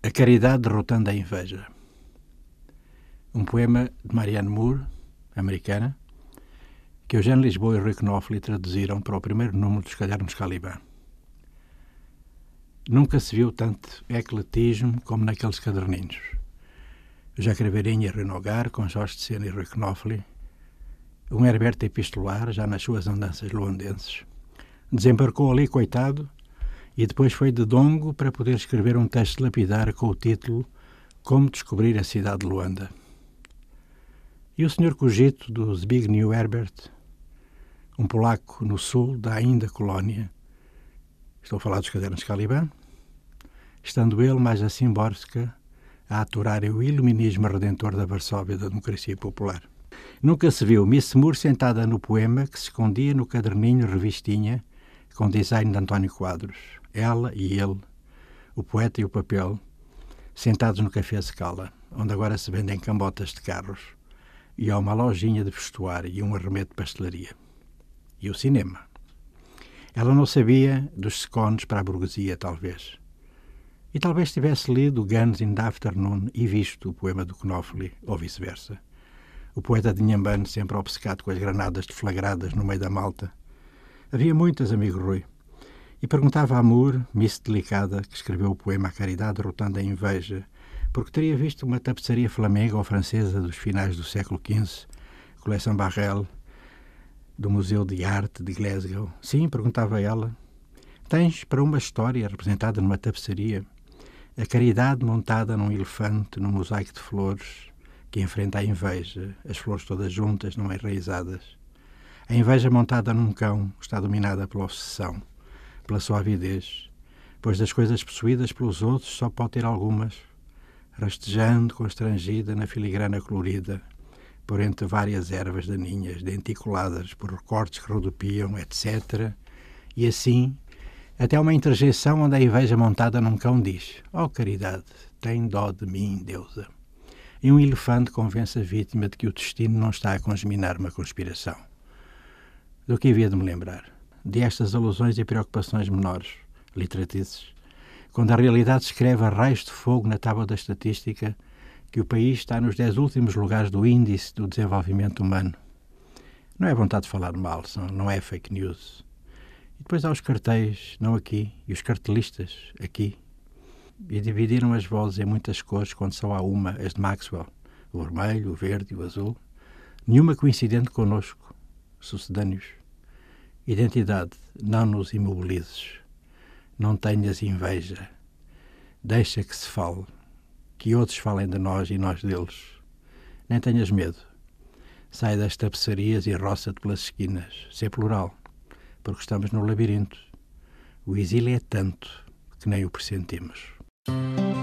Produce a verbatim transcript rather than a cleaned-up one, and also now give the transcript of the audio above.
A caridade derrotando a inveja. Um poema de Marianne Moore, americana, que Eugênio Lisboa e Rui Knopfli traduziram para o primeiro número dos Cadernos Caliban. Nunca se viu tanto ecletismo como naqueles caderninhos. Jacques Riveirinha e Rui Nogar, com Jorge de Sena e Rui Knopfli, um Herbert epistolar, já nas suas andanças luandenses. Desembarcou ali, coitado, e depois foi de Dongo para poder escrever um texto lapidar com o título Como Descobrir a Cidade de Luanda. E o senhor Cogito, do Zbigniew Herbert, um polaco no sul da ainda colónia, estou a falar dos Cadernos Caliban, estando ele, mais a Szymborska, a aturar o iluminismo redentor da Varsóvia da democracia popular. Nunca se viu Miss Moore sentada no poema que se escondia no caderninho revistinha com design de António Quadros. Ela e ele, o poeta e o papel, sentados no Café Scala, onde agora se vendem cambotas de carros, e há uma lojinha de vestuário e um arremedo de pastelaria. E o cinema. Ela não sabia dos scones para a burguesia, talvez. E talvez tivesse lido Guns in the Afternoon e visto o poema do Knopfli, ou vice-versa. O poeta de Inhambane, sempre obcecado com as granadas deflagradas no meio da malta. Havia muitas, amigo Rui. E perguntava a Moore, Miss Delicada, que escreveu o poema A Caridade Derrotando a Inveja, porque teria visto uma tapeçaria flamenga ou francesa dos finais do século quinze, coleção Barrel, do Museu de Arte de Glasgow. Sim, perguntava ela. Tens para uma história representada numa tapeçaria a caridade montada num elefante, num mosaico de flores, que enfrenta a inveja, as flores todas juntas, não enraizadas. A inveja montada num cão está dominada pela obsessão, pela sua avidez, pois das coisas possuídas pelos outros só pode ter algumas, rastejando, constrangida na filigrana colorida, por entre várias ervas daninhas, denticuladas por recortes que rodopiam, etcétera. E assim, até uma interjeição onde a inveja montada num cão diz: "Oh, caridade, tem dó de mim, deusa." E um elefante convence a vítima de que o destino não está a congeminar uma conspiração. Do que havia de me lembrar? De estas alusões e preocupações menores, literatices, quando a realidade escreve a raios de fogo na tábua da estatística que o país está nos dez últimos lugares do índice do desenvolvimento humano. Não é vontade de falar mal, não é fake news. E depois há os cartéis, não aqui, e os cartelistas, aqui. E dividiram as vozes em muitas cores quando só há uma, as de Maxwell, o vermelho, o verde e o azul. Nenhuma coincidente connosco, sucedâneos. Identidade, não nos imobilizes. Não tenhas inveja. Deixa que se fale, que outros falem de nós e nós deles. Nem tenhas medo. Sai das tapeçarias e roça-te pelas esquinas. Ser plural, porque estamos no labirinto. O exílio é tanto que nem o pressentimos.